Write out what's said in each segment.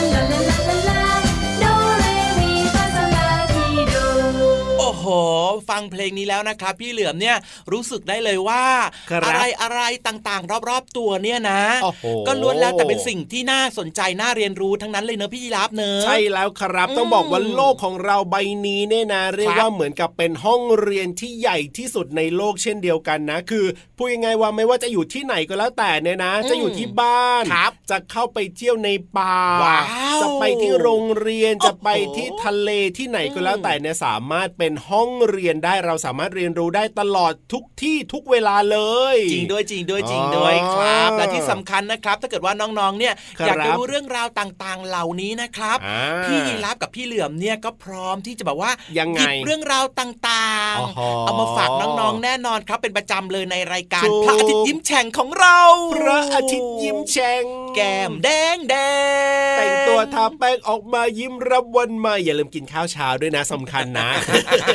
ลาลาลาลาลาโดเรมีฟาโซลาทีโดโอ้โหฟังเพลงนี้แล้วนะครับพี่เหลือมเนี่ยรู้สึกได้เลยว่าอะไรต่างๆรอบๆตัวเนี่ยนะก็ล้วนแล้วแต่เป็นสิ่งที่น่าสนใจน่าเรียนรู้ทั้งนั้นเลยเนอะพี่ยีราฟเนอะใช่แล้วครับต้องบอกว่าโลกของเราใบนี้เนี่ยนะเรียกว่าเหมือนกับเป็นห้องเรียนที่ใหญ่ที่สุดในโลกเช่นเดียวกันนะคือพูดยังไงว่าไม่ว่าจะอยู่ที่ไหนก็แล้วแต่เนี่ยนะจะอยู่ที่บ้านจะเข้าไปเที่ยวในป่าจะไปที่โรงเรียนจะไปที่ทะเลที่ไหนก็แล้วแต่เนี่ยสามารถเป็นห้องเรียนได้เราสามารถเรียนรู้ได้ตลอดทุกที่ทุกเวลาเลยจริงด้วยครับและที่สำคัญนะครับถ้าเกิดว่าน้องๆเนี่ยอยากจะรู้เรื่องราวต่างๆเหล่านี้นะครับพี่ยีราฟกับพี่เหลือมเนี่ยก็พร้อมที่จะแบบว่าหยิบเรื่องราวต่างๆเอามาฝากน้องๆแน่นอนครับเป็นประจำเลยในรายการพระอาทิตย์ยิ้มแฉ่งของเราพระอาทิตย์ยิ้มแฉ่งแก้มแดงแต่งตัวทาแป้งออกมายิ้มรับวันใหม่อย่าลืมกินข้าวเช้าด้วยนะสำคัญนะ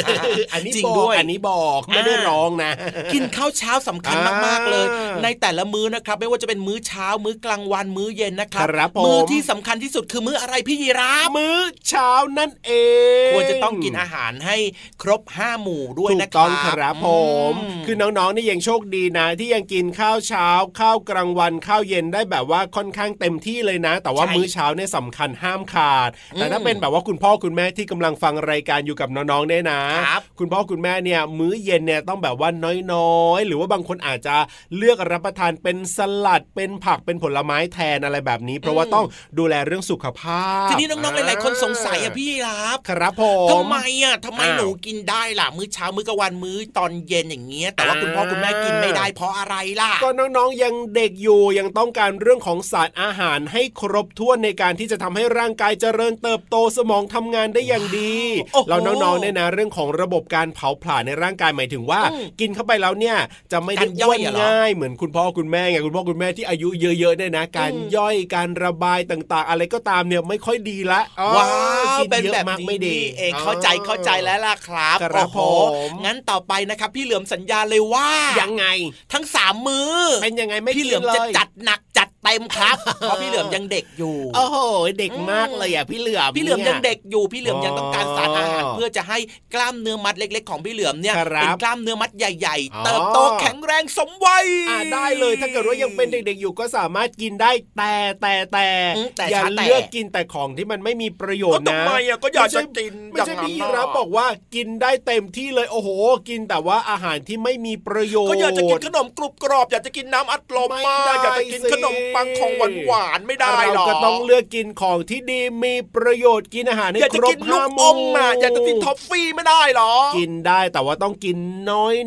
อันนี้บอกอันนี้บอกไม่ได้ร้องนะกินข้าวเช้าสำคัญมากๆเลยในแต่ละมื้อนะครับไม่ว่าจะเป็นมื้อเช้ามื้อกลางวันมื้อเย็นนะครับมื้อที่สำคัญที่สุดคือมื้ออะไรพี่ยีราฟมื้อเช้านั่นเองควรจะต้องกินอาหารให้ครบ5หมู่ด้วยนะครับถูกต้องครับผมคือน้องๆนี่ยังโชคดีนะที่ยังกินข้าวเช้าข้าวกลางวันข้าวเย็นได้แบบว่าค่อนข้างเต็มที่เลยนะแต่ว่ามื้อเช้าเนี่ยสำคัญห้ามขาดแต่ถ้าเป็นแบบว่าคุณพ่อคุณแม่ที่กำลังฟังรายการอยู่กับน้องๆเนี่ยนะคุณพ่อคุณแม่เนี่ยมื้อเย็นเนี่ยต้องแบบว่าน้อยๆหรือว่าบางคนอาจจะเลือกรับประทานเป็นสลัดเป็นผักเป็นผลไม้แทนอะไรแบบนี้เพราะว่าต้องดูแลเรื่องสุขภาพทีนี้น้องๆหลายๆคนสงสัยพี่รับครับผมทำไมหนูกินได้ล่ะมื้อเช้ามื้อกลางวันมื้อตอนเย็นอย่างเงี้ยแต่ว่าคุณพ่อคุณแม่กินไม่ได้เพราะอะไรล่ะก็น้องๆยังเด็กอยู่ยังต้องการเรื่องของสารอาหารให้ครบถ้วนในการที่จะทำให้ร่างกายเจริญเติบโตสมองทำงานได้อย่างดีแล้วน้องๆเนี่ยนะเรื่องของระบบการเผาผลาญในร่างกายหมายถึงว่ากินเข้าไปแล้วเนี่ยจะไม่ได้ย่อยง่ายเหมือนคุณพ่อคุณแม่ไงคุณพ่อคุณแม่ที่อายุเยอะๆเนี่ยนะการย่อยการระบายต่างๆอะไรก็ตามเนี่ยไม่ค่อยดีละว้าวเป็นแบบมากไม่ดีเองเข้าใจแล้วล่ะครับโอ้โหงั้นต่อไปนะครับพี่เหลือมสัญญาเลยว่ายังไงทั้ง3มื้อเป็นยังไงไม่พี่เหลือมจะจัดหนักจัดเต็มครับเพราะพี่เหลือมยังเด็กอยู่โอ้โหเด็กมากเลยพี่เหลือมยังเด็กอยู่พี่เหลือมยังต้องการสารอาหารเพื่อจะให้กล้ามเนื้อมัดเล็กๆของพี่เหลือมเนี่ยเป็นกล้ามเนื้อมัดใหญ่ๆเติบโตแข็งแรงสมวัยได้เลยถ้าเกิดว่ายังเป็นเด็กๆอยู่ก็สามารถกินได้แต่อย่าเลือกกินแต่ของที่มันไม่มีประโยชน์นะทำไมก็อยากจะกินไม่ใช่พี่รับบอกว่ากินได้เต็มที่เลยโอ้โหกินแต่ว่าอาหารที่ไม่มีประโยชน์ก็อยากจะกินขนมกรุบกรอบอยากจะกินน้ำอัดลมมาอยากจะกินขนมปังของหวานไม่ได้หรอเราก็ต้องเลือกกินของที่ดีมีประโยชน์กินอาหารให้ครบ5 หมู่อยากจะกินท็อฟฟี่ไม่ได้หรอกินได้แต่ว่าต้องกินน้อย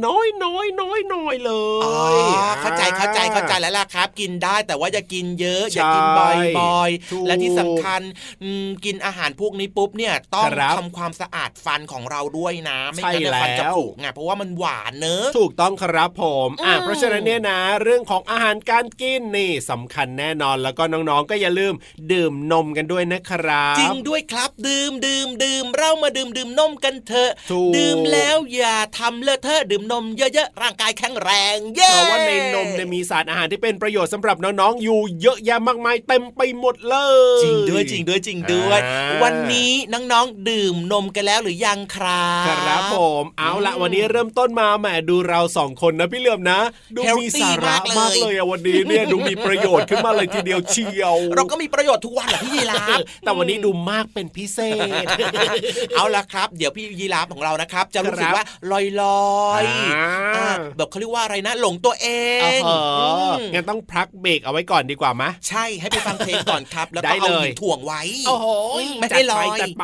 เลยเข้าใจแล้วล่ะครับกินได้แต่ว่าอย่ากินเยอะอย่ากินบ่อยๆและที่สำคัญกินอาหารพวกนี้ปุ๊บเนี่ยต้องทำความสะอาดฟันของเราด้วยนะไม่งั้นฟันจะผุไงเพราะว่ามันหวานเนอะถูกต้องครับผมเพราะฉะนั้นเนี่ยนะเรื่องของอาหารการกินนี่สำคัญแน่นอนแล้วก็น้องๆก็อย่าลืมดื่มนมกันด้วยนะครับจริงด้วยครับดื่มเรามาดื่มนมกันเถอะดื่มแล้วอย่าทำเลอะเทอะดื่มนมเยอะๆร่างกายแข็งแรงเพราะว่าในนมเนี่ยมีสารอาหารที่เป็นประโยชน์สำหรับน้องๆอยู่เยอะแยะมากมายเต็มไปหมดเลยจริงด้วยวันนี้น้องๆดื่มนมกันแล้วหรือยังครับครับผมเอาละวันนี้เริ่มต้นมาแหมดูเรา2คนนะพี่เหลือมนะดูมีสาระมากเลยวันนี้เนี่ยดูมีประโยชน์ขึ้นมาเลยทีเดียวเชียวเราก็มีประโยชน์ทุกวันแหละพี่ยีราฟแต่วันนี้ดูมากเป็นพิเศษเอาละครับเดี๋ยวพี่ยีราฟของเรานะครับจะรู้สึกว่าลอยแบบเขาเรียกว่าอะไรนะหลงตัวเองงั้นต้องพักเบรกเอาไว้ก่อนดีกว่าไหมใช่ให้ไปฟังเพลงก่อนครับแล้วก็เอาหินถ่วงไว้โอ้โหไม่ได้ลอยจัดไป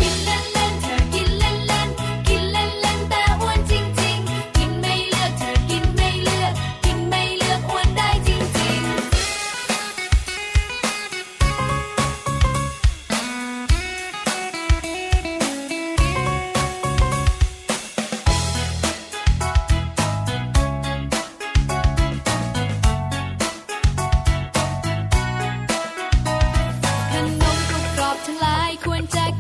ก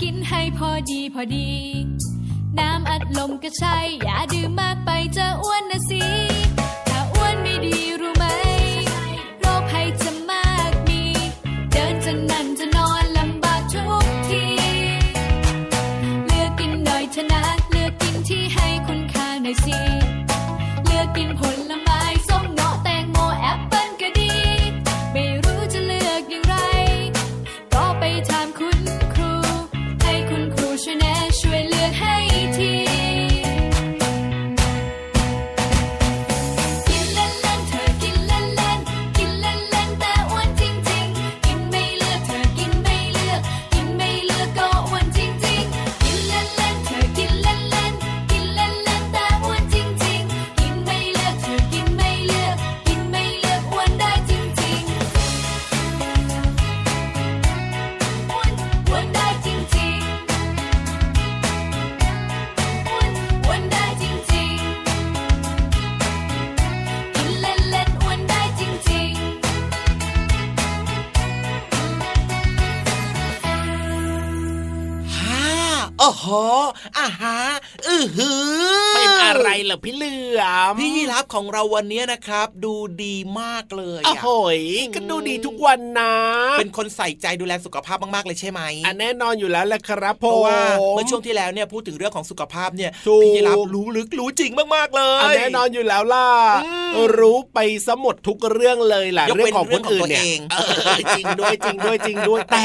กินให้พอดีพอดีน้ำอัดลมก็ใช่อย่าดื่มมากไปจะอ้วนนะสิถ้าอ้วนไม่ดีรู้ไหมโรคภัยจะมากมีเดินจะนั่งจะนอนลำบากทุกทีเลือกกินหน่อยเถอะนะเลือกกินที่ให้คุณค่าหน่อยสิเลือกกินผลไม้ส้มเงาะแตงโมแอปเปิ้ลก็ดีไม่รู้จะเลือกอย่างไรก็ไปถามคุณครูให้คุณครูช่วยแนะช่วยเลือกให้ทีกินเล่นๆเธอกินเล่นๆกินเล่นๆแต่อ้วนจริงๆกินไม่เลือกเธอกินไม่เลือกกินไม่เลือกก็อ้วนจริงๆกินเล่นๆเธอกินเล่นๆกินเล่นๆแต่อ้วนจริงๆกินไม่เลือกเธอกินไม่เลือกกินไม่เลือกอ้วนได้จริงๆอ้วนได้จริงๆอ้วนได้จริงๆกินเล่นๆอ้วนได้จริงๆฮ่าโอ้โหอาหาหือเป็นอะไรเหรอพี่เหลือมพี่ยีรับของเราวันนี้นะครับดูดีมากเลยโอ้โหก็ดูดีทุกวันนะเป็นคนใส่ใจดูแลสุขภาพมากๆเลยใช่ไหมแน่นอนอยู่แล้วแหละครับผมเพราะว่าเมื่อช่วงที่แล้วเนี่ยพูดถึงเรื่องของสุขภาพเนี่ยพี่ยีรับรู้ลึกรู้จริงมากๆเลยแน่นอนอยู่แล้วล่ะรู้ไปซะหมดทุกเรื่องเลยล่ะเรื่องของคนอื่นเนี่ยจริงด้วยจริงด้วยจริงด้วยแต่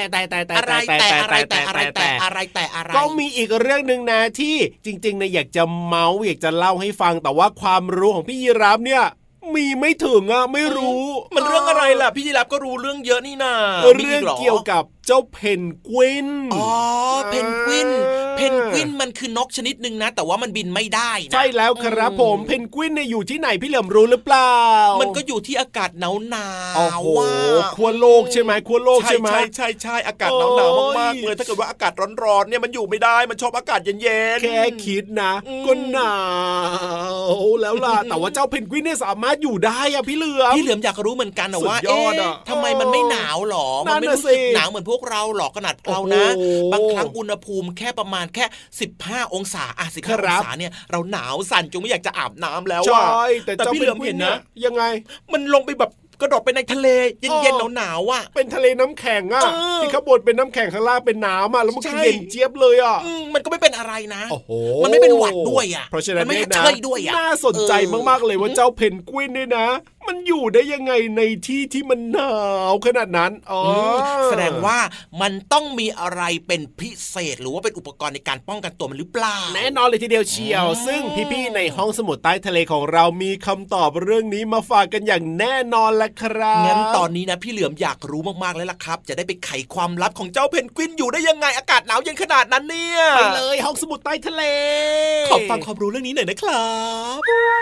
ก็มีอีกเรื่องนึงนะที่จริงๆเนี่ยอยากจะเมาส์อยากจะเล่าให้ฟังแต่ว่าความรู้ของพี่ยีรับเนี่ยมีไม่ถึงไม่รู้มันเรื่องอะไรล่ะพี่ยีรับก็รู้เรื่องเยอะนี่นาเรื่องเกี่ยวกับเจ้าเพนกวินเพนกวินมันคือนกชนิดนึงนะแต่ว่ามันบินไม่ได้นะใช่แล้วครับผมเพนกวินเนี่ยอยู่ที่ไหนพี่เหลิมรู้หรือเปล่ามันก็อยู่ที่อากาศหนาวว่าขั้วโลกใช่ไหมขั้วโลกใช่ไหมใช่อากาศหนาวมากๆเลยถ้าเกิดว่าอากาศร้อนๆเนี่ยมันอยู่ไม่ได้มันชอบอากาศเย็นๆแค่คิดนะก็หนาวแล้วล่ะแต่ว่าเจ้าเพนกวินเนี่ยสามารถอยู่ได้พี่เหลือมอยากรู้เหมือนกันว่าทำไมมันไม่หนาวหรอมันไม่รู้สึกหนาวเหมือนพวกเราหรอกขนาดเรานะบางครั้งอุณหภูมิแค่ประมาณแค่15องศา15องศาเนี่ยเราหนาวสั่นจนไม่อยากจะอาบน้ำแล้วใช่แต่พี่เหลือมเห็นนะยังไงมันลงไปแบบกระโดดไปในทะเลเย็นๆหนาวๆเป็นทะเลน้ำแข็งที่ข้างบนเป็นน้ำแข็งข้างล่างเป็นน้ำแล้วมันเย็นเจี๊ยบเลยมันก็ไม่เป็นอะไรนะมันไม่เป็นหวัดด้วยเพราะฉะนั้นเนี่ยนะน่าสนใจมากๆเลยว่าเจ้าเพนกวินเนี่ยนะมันอยู่ได้ยังไงในที่ที่มันหนาวขนาดนั้นแสดงว่ามันต้องมีอะไรเป็นพิเศษหรือว่าเป็นอุปกรณ์ในการป้องกันตัวมันหรือเปล่าแน่นอนเลยทีเดียวเชียวซึ่งพี่ๆในห้องสมุดใต้ทะเลของเรามีคำตอบเรื่องนี้มาฝากกันอย่างแน่นอนละครับงั้นตอนนี้นะพี่เหลือมอยากรู้มากๆเลยล่ะครับจะได้ไปไขความลับของเจ้าเพนกวินอยู่ได้ยังไงอากาศหนาวเย็นขนาดนั้นเนี่ยไปเลยห้องสมุดใต้ทะเลขอฟังความรู้เรื่องนี้หน่อยนะครับ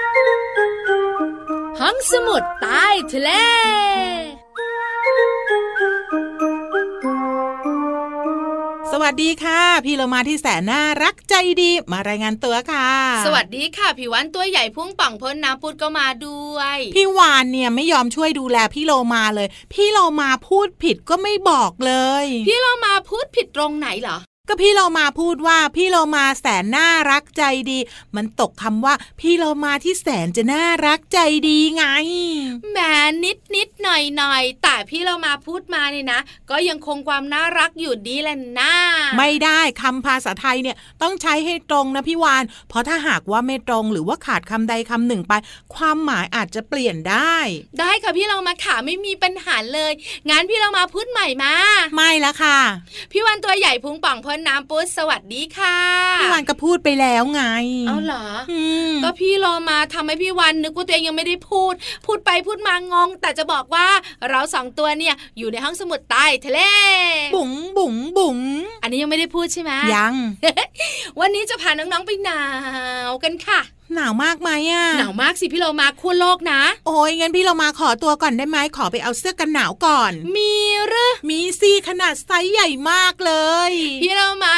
ห้องสมุดใต้ทะเลสวัสดีค่ะพี่เรามาที่แสนน่ารักใจดีมารายงานตัวค่ะสวัสดีค่ะพี่วานตัวใหญ่พุ่งป่องพ้นน้ำปุดก็มาด้วยพี่วานเนี่ยไม่ยอมช่วยดูแลพี่โลมาเลยพี่โลมาพูดผิดก็ไม่บอกเลยพี่โลมาพูดผิดตรงไหนเหรอก็พี่โลมาพูดว่าพี่โลมาแสนน่ารักใจดีมันตกคำว่าพี่โลมาที่แสนจะน่ารักใจดีไงแหมนิดหน่อยแต่พี่โลมาพูดมาเนี่ยนะก็ยังคงความน่ารักอยู่ดีแหละนะไม่ได้คำภาษาไทยเนี่ยต้องใช้ให้ตรงนะพี่วานเพราะถ้าหากว่าไม่ตรงหรือว่าขาดคำใดคำหนึ่งไปความหมายอาจจะเปลี่ยนได้ค่ะพี่โลมาค่ะไม่มีปัญหาเลยงั้นพี่โลมาพูดใหม่มาไม่ละค่ะพี่วานตัวใหญ่พุงป่องพ้นน้ำปุดสวัสดีค่ะพี่วานก็พูดไปแล้วไงเอาเหรอก็พี่โลมาทำให้พี่วานนึกว่าตัวเองยังไม่ได้พูดไปพูดมางงแต่จะบอกว่าเราสองตัวเนี่ยอยู่ในห้องสมุดใต้ทะเลบุ๋งบุ๋งบุ๋งอันนี้ยังไม่ได้พูดใช่ไหมยังวันนี้จะพาน้องๆไปหนาวกันค่ะหนาวมากไหมหนาวมากสิพี่โลมาขั้วโลกนะโอ้ยงั้นพี่โลมาขอตัวก่อนได้ไหมขอไปเอาเสื้อกันหนาวก่อนมีหรือมีสิขนาดไซส์ใหญ่มากเลยพี่โลมา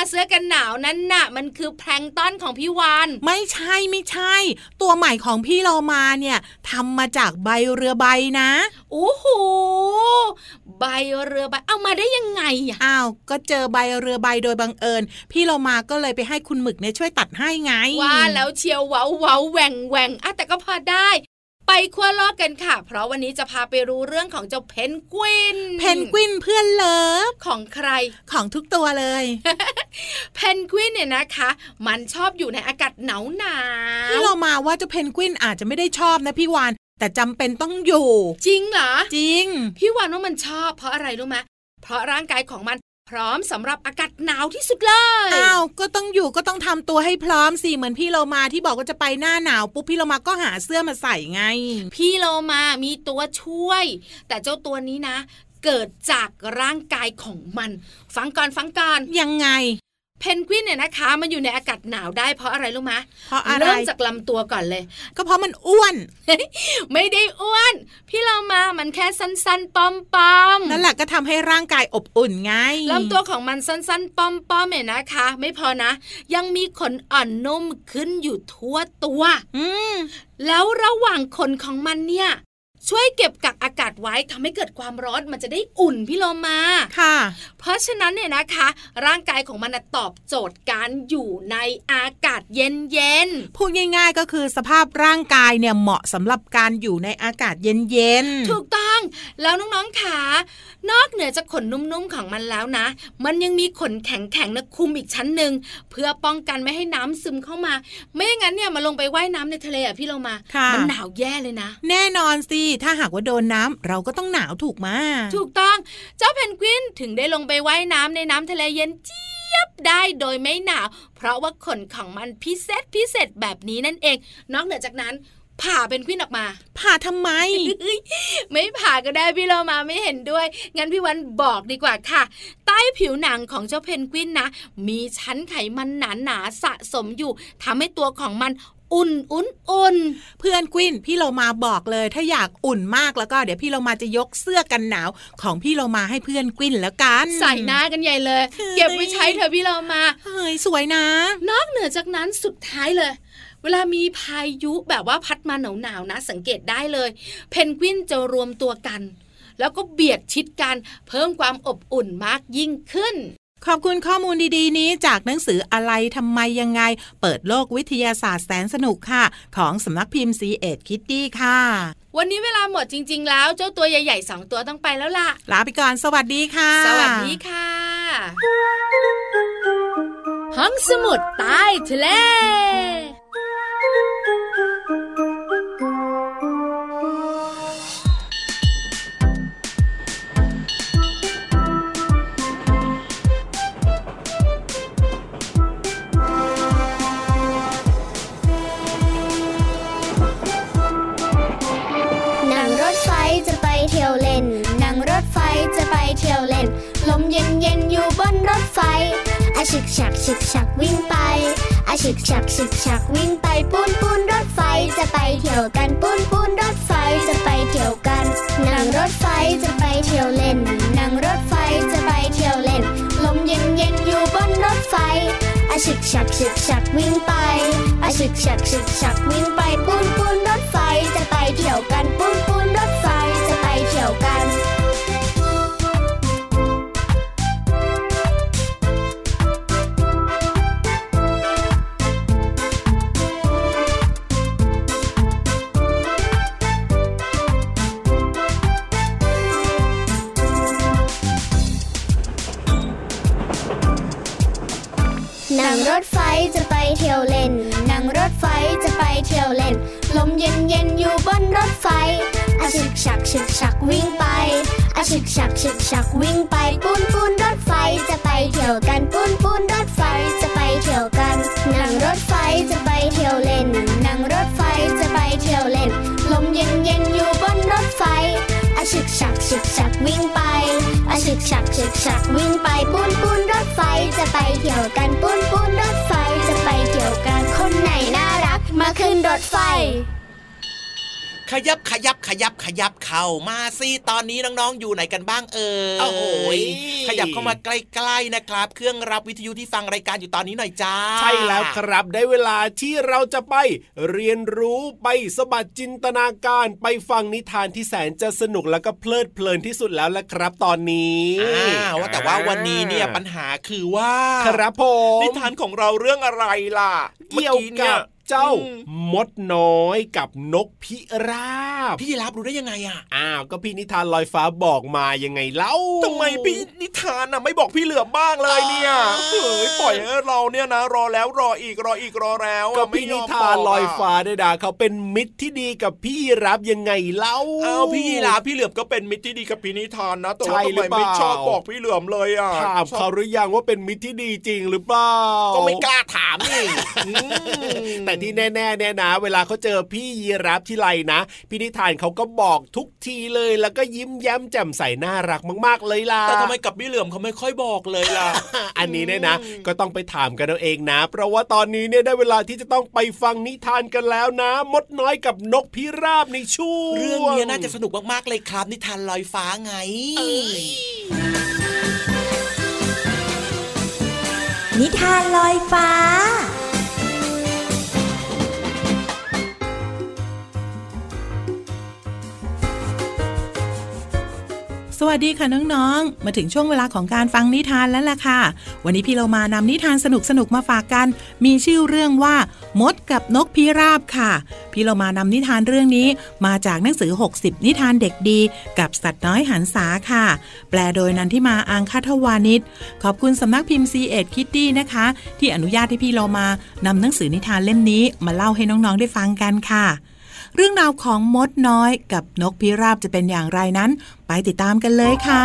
เสื้อกันหนาวนั้นน่ะมันคือแพลงก์ต้นของพี่วานไม่ใช่ตัวใหม่ของพี่เรามาเนี่ยทำมาจากใบเรือใบนะโอ้โหใบเรือใบเอามาได้ยังไงอ่ะอ้าวก็เจอใบเรือใบโดยบังเอิญพี่เรามาก็เลยไปให้คุณหมึกเนี่ยช่วยตัดให้ไงว่าแล้วเชียวเว้าแหว่งแต่ก็พอได้ไปขั้วโลกกันค่ะเพราะวันนี้จะพาไปรู้เรื่องของเจ้าเพนกวินเพื่อนเลิฟของใครของทุกตัวเลยเพนกวินเนี่ยนะคะมันชอบอยู่ในอากาศหนาวพี่เรามาว่าเจ้าเพนกวินอาจจะไม่ได้ชอบนะพี่วานแต่จำเป็นต้องอยู่จริงเหรอจริงพี่วานว่ามันชอบเพราะอะไรรู้ไหมเพราะร่างกายของมันพร้อมสำหรับอากาศหนาวที่สุดเลยอ้าวก็ต้องอยู่ก็ต้องทำตัวให้พร้อมสิเหมือนพี่โลมาที่บอกว่าจะไปหน้าหนาวปุ๊บพี่โลมาก็หาเสื้อมาใส่ไงพี่โลมามีตัวช่วยแต่เจ้าตัวนี้นะเกิดจากร่างกายของมันฟังก่อนยังไงเพนกวินเนี่ยนะคะมันอยู่ในอากาศหนาวได้เพราะอะไรรู้ไหมเพราะอะไรเริ่มจากลำตัวก่อนเลยก็เพราะมันอ้วนไม่ได้อ้วนพี่เรามามันแค่สั้นๆปอมนั่นแหละก็ทำให้ร่างกายอบอุ่นไงลำตัวของมันสั้นๆปอมเนี่ยนะคะไม่พอนะยังมีขนอ่อนนุ่มขึ้นอยู่ทั่วตัวแล้วระหว่างขนของมันเนี่ยช่วยเก็บกักอากาศไว้ทำให้เกิดความร้อนมันจะได้อุ่นพี่โลมาค่ะเพราะฉะนั้นเนี่ยนะคะร่างกายของมันตอบโจทย์การอยู่ในอากาศเย็นๆพูดง่ายๆก็คือสภาพร่างกายเนี่ยเหมาะสำหรับการอยู่ในอากาศเย็นๆถูกต้องแล้วน้องๆขานอกเหนือจากขนนุ่มๆของมันแล้วนะมันยังมีขนแข็งๆนะคุมอีกชั้นนึงเพื่อป้องกันไม่ให้น้ำซึมเข้ามาไม่อย่างนั้นเนี่ยมาลงไปว่ายน้ำในทะเลพี่โลมามันหนาวแย่เลยนะแน่นอนสิถ้าหากว่าโดนน้ำเราก็ต้องหนาวถูกมั้ยถูกต้องเจ้าเพนกวินถึงได้ลงไปว่ายน้ำในน้ำทะเลเย็นเจี๊ยบได้โดยไม่หนาวเพราะว่าขนของมันพิเศษแบบนี้นั่นเองนอกเหนือจากนั้นผ่าเป็นกวินออกมาผ่าทำไมไม่ผ่าก็ได้พี่โลมาไม่เห็นด้วยงั้นพี่วันบอกดีกว่าค่ะใต้ผิวหนังของเจ้าเพนกวินนะมีชั้นไขมันหนาสะสมอยู่ทำให้ตัวของมันอุ่นเพื่อนกวินพี่โลมาบอกเลยถ้าอยากอุ่นมากแล้วก็เดี๋ยวพี่โลมาจะยกเสื้อกันหนาวของพี่โลมาให้เพื่อนกวินแล้วกันใส่หน้ากันใหญ่เลยเก็บไว้ใช้เถอะพี่โลมาเฮ้ยสวยนะนอกเหนือจากนั้นสุดท้ายเลยเวลามีพายุแบบว่าพัดมาหนาวนะสังเกตได้เลยเพนกวินจะรวมตัวกันแล้วก็เบียดชิดกันเพิ่มความอบอุ่นมากยิ่งขึ้นขอบคุณข้อมูลดีๆนี้จากหนังสืออะไรทำไมยังไงเปิดโลกวิทยาศาสตร์แสนสนุกค่ะของสำนักพิมพ์ C.Ed Kids ค่ะวันนี้เวลาหมดจริงๆแล้วเจ้าตัวใหญ่ๆ2ตัวต้องไปแล้วล่ะลาไปก่อนสวัสดีค่ะสวัสดีค่ะห้องสมุดใต้ทะเลฉึกฉักฉึกฉักวิ่งไปฉึกฉักฉึกฉักวิ่งไปปูนรถไฟจะไปเที่ยวกันปูนรถไฟจะไปเที่ยวกันนั่งรถไฟจะไปเที่ยวเล่นนั่งรถไฟจะไปเที่ยวเล่นลมเย็นอยู่บนรถไฟฉึกฉักฉึกฉักวิ่งไปฉึกฉักฉึกฉักวิ่งไปปูนรถไฟจะไปเที่ยวกันปูนรถไฟจะไปเที่ยวกันนั่งรถไฟจะไปเที่ยวเล่นนั่งรถไฟจะไปเที่ยวเล่นลมเย็นอยู่บนรถไฟฉึกฉักฉึกฉักวิ่งไปฉึกฉักฉึกฉักวิ่งไปปูนรถไฟจะไปเที่ยวกันปูนรถไฟจะไปเที่ยวกันนั่งรถไฟจะไปเที่ยวเล่นนั่งรถไฟจะไปเที่ยวเล่นลมเย็นอยู่บนรถไฟฉึกฉักฉึกฉักวิ่งไปฉึกฉักฉึกฉักวิ่งไปปูนรถไฟจะไปเที่ยวกันปูนรถไฟจะไปเที่ยวกันคนไหนน่ารักมาขึ้นรถไฟขยับเข้ามาสิตอนนี้น้องๆอยู่ไหนกันบ้างเอ่ยโอ้โหขยับเข้ามาใกล้ๆนะครับเครื่องรับวิทยุที่ฟังรายการอยู่ตอนนี้หน่อยจ้าใช่แล้วครับได้เวลาที่เราจะไปเรียนรู้ไปสะบัดจินตนาการไปฟังนิทานที่แสนจะสนุกแล้วก็เพลิดเพลินที่สุดแล้วละครับตอนนี้ว่าแต่ว่าวันนี้เนี่ยปัญหาคือว่าครับผมนิทานของเราเรื่องอะไรล่ะเกี่ยวกับเจ้ามดน้อยกับนกพิราบพี่รับรู้ได้ยังไงอ่ะก็พี่นิทานลอยฟ้าบอกมายังไงเล่าทำไมพี่นิทานไม่บอกพี่เหลือมบ้างเลยเนี่ยเฮ้ยปล่อยให้เราเนี่ยนะรอแล้วรออีกรอแล้วก็พี่นิทานลอยฟ้าได้ด่าเขาเป็นมิตรที่ดีกับพี่รับยังไงเล่าพี่รับพี่เหลือมก็เป็นมิตรที่ดีกับพี่นิทานนะแต่ว่าทำไมไม่ชอบบอกพี่เหลือมเลยอ่ะถามเขาหรือยังว่าเป็นมิตรที่ดีจริงหรือเปล่าก็ไม่กล้าถามนี่แต่ที่แน่ๆเนี่ยนะเวลาเขาเจอพี่ยีราฟที่ไรนะพี่นิทานเขาก็บอกทุกทีเลยแล้วก็ยิ้มแย้มแจ่มใสน่ารักมากๆเลยล่ะแต่ทำไมกับพี่เหลือมเขาไม่ค่อยบอกเลยล่ะอันนี้เนี่ยนะก็ต้องไปถามกันเอาเองนะเพราะว่าตอนนี้เนี่ยได้เวลาที่จะต้องไปฟังนิทานกันแล้วนะมดน้อยกับนกพิราบในช่วงเรื่องนี้น่าจะสนุกมากๆเลยครับนิทานลอยฟ้าไงนิทานลอยฟ้าสวัสดีค่ะน้องๆมาถึงช่วงเวลาของการฟังนิทานแล้วล่ะค่ะวันนี้พี่เรามานำนิทานสนุกๆมาฝากกันมีชื่อเรื่องว่ามดกับนกพิราบค่ะพี่เรามานำนิทานเรื่องนี้มาจากหนังสือ60นิทานเด็กดีกับสัตว์น้อยหันษาค่ะแปลโดยนันทิมาอังคทวานิชขอบคุณสำนักพิมพ์ C.Ed Kids นะคะที่อนุญาตให้พี่เรามานำหนังสือนิทานเล่มนี้มาเล่าให้น้องๆได้ฟังกันค่ะเรื่องราวของมดน้อยกับนกพิราบจะเป็นอย่างไรนั้นไปติดตามกันเลยค่ะ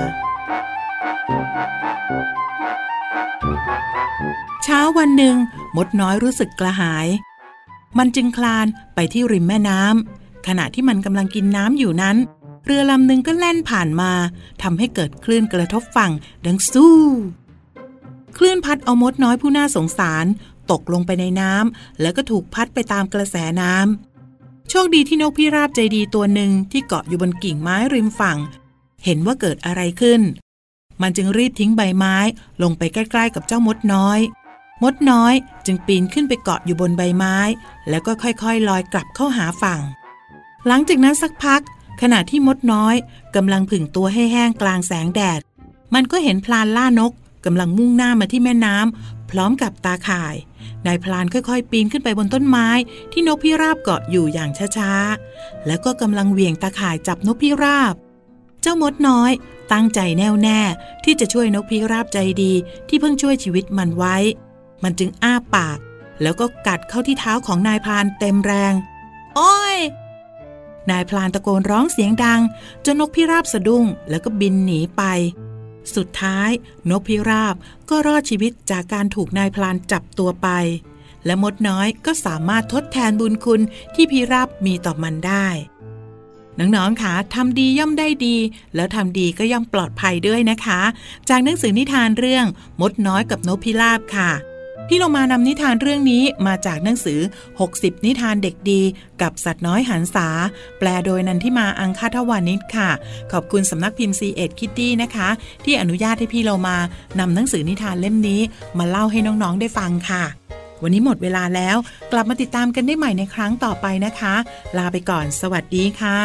เช้าวันหนึ่งมดน้อยรู้สึกกระหายมันจึงคลานไปที่ริมแม่น้ำขณะที่มันกำลังกินน้ำอยู่นั้นเรือลำหนึ่งก็แล่นผ่านมาทำให้เกิดคลื่นกระทบฝั่งดังสู้คลื่นพัดเอามดน้อยผู้น่าสงสารตกลงไปในน้ำแล้วก็ถูกพัดไปตามกระแสน้ำโชคดีที่นกพิราบใจดีตัวหนึ่งที่เกาะอยู่บนกิ่งไม้ริมฝั่งเห็นว่าเกิดอะไรขึ้นมันจึงรีบทิ้งใบไม้ลงไปใกล้ๆกับเจ้ามดน้อยมดน้อยจึงปีนขึ้นไปเกาะอยู่บนใบไม้แล้วก็ค่อยๆลอยกลับเข้าหาฝั่งหลังจากนั้นสักพักขณะที่มดน้อยกำลังผึ่งตัวให้แห้งกลางแสงแดดมันก็เห็นพลานล่านกกำลังมุ่งหน้ามาที่แม่น้ำพร้อมกับตาข่ายนายพลานค่อยๆปีนขึ้นไปบนต้นไม้ที่นกพิราบเกาะอยู่อย่างช้าๆแล้วก็กำลังเหวี่ยงตาข่ายจับนกพิราบเจ้ามดน้อยตั้งใจแน่วแน่ที่จะช่วยนกพิราบใจดีที่เพิ่งช่วยชีวิตมันไว้มันจึงอ้าปากแล้วก็กัดเข้าที่เท้าของนายพลานเต็มแรงโอ้ยนายพลานตะโกนร้องเสียงดังจนนกพิราบสะดุ้งแล้วก็บินหนีไปสุดท้ายนกพิราบก็รอดชีวิตจากการถูกนายพลานจับตัวไปและมดน้อยก็สามารถทดแทนบุญคุณที่พิราบมีต่อมันได้น้องๆค่ะทำดีย่อมได้ดีแล้วทำดีก็ย่อมปลอดภัยด้วยนะคะจากหนังสือนิทานเรื่องมดน้อยกับนกพิราบค่ะพี่เรามานำนิทานเรื่องนี้มาจากหนังสือ60นิทานเด็กดีกับสัตว์น้อยหันษาแปลโดยนันทิมาอังคทวานิชค่ะขอบคุณสำนักพิมพ์ C.Ed Kids นะคะที่อนุญาตให้พี่เรามานำหนังสือนิทานเล่มนี้มาเล่าให้น้องๆได้ฟังค่ะวันนี้หมดเวลาแล้วกลับมาติดตามกันได้ใหม่ในครั้งต่อไปนะคะลาไปก่อนสวัสดีค่ะ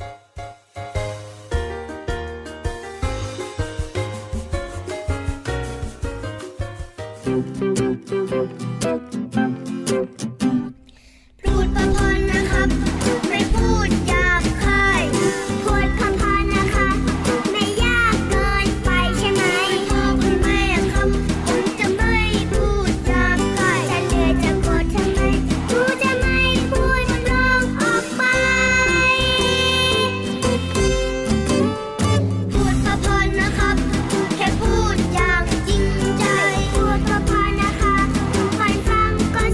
พูดพอๆนะครับไม่พูดหยาบคายพูดคำพอนะคะไม่ยากเกินไปใช่ไหมพ่อคุณแม่ครับผมจะไม่พูดหยาบคายถ้าเดือดจะโกรธทำไมกูจะไม่พูดร้องออกไปพูดพอๆนะครับแค่พูดอย่างจริงใจพูดพอๆนะคะฟังก็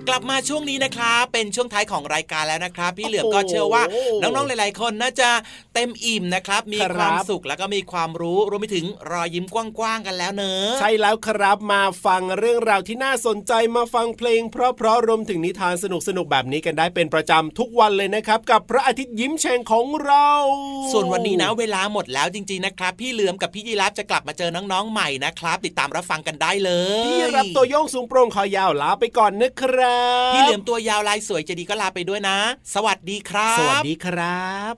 กลับมาช่วงนี้นะครับเป็นช่วงท้ายของรายการแล้วนะครับพี่เหลือมก็เชื่อว่าน้องๆหลายๆคนน่าจะเต็มอิ่มนะครับมีความสุขแล้วก็มีความรู้รวมไปถึงรอยยิ้มกว้างๆกันแล้วเนอะใช่แล้วครับมาฟังเรื่องราวที่น่าสนใจมาฟังเพลงเพราะรวมถึงนิทานสนุกๆแบบนี้กันได้เป็นประจำทุกวันเลยนะครับกับพระอาทิตย์ยิ้มแฉ่งของเราส่วนวันนี้นะเวลาหมดแล้วจริงๆนะครับพี่เหลือมกับพี่ยีราฟจะกลับมาเจอน้องๆใหม่นะครับติดตามรับฟังกันได้เลยพี่รับตัวโยงสูงโปร่งคอยาวลาไปก่อนนะครับพี่เหลือมตัวยาวลายสวยใจดีก็ลาไปด้วยนะสวัสดีครับสวัสดีครับ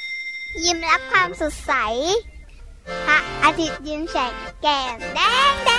ยิ้มรับความสดใสพระอาทิตย์ยิ้มแฉกแก้มแดง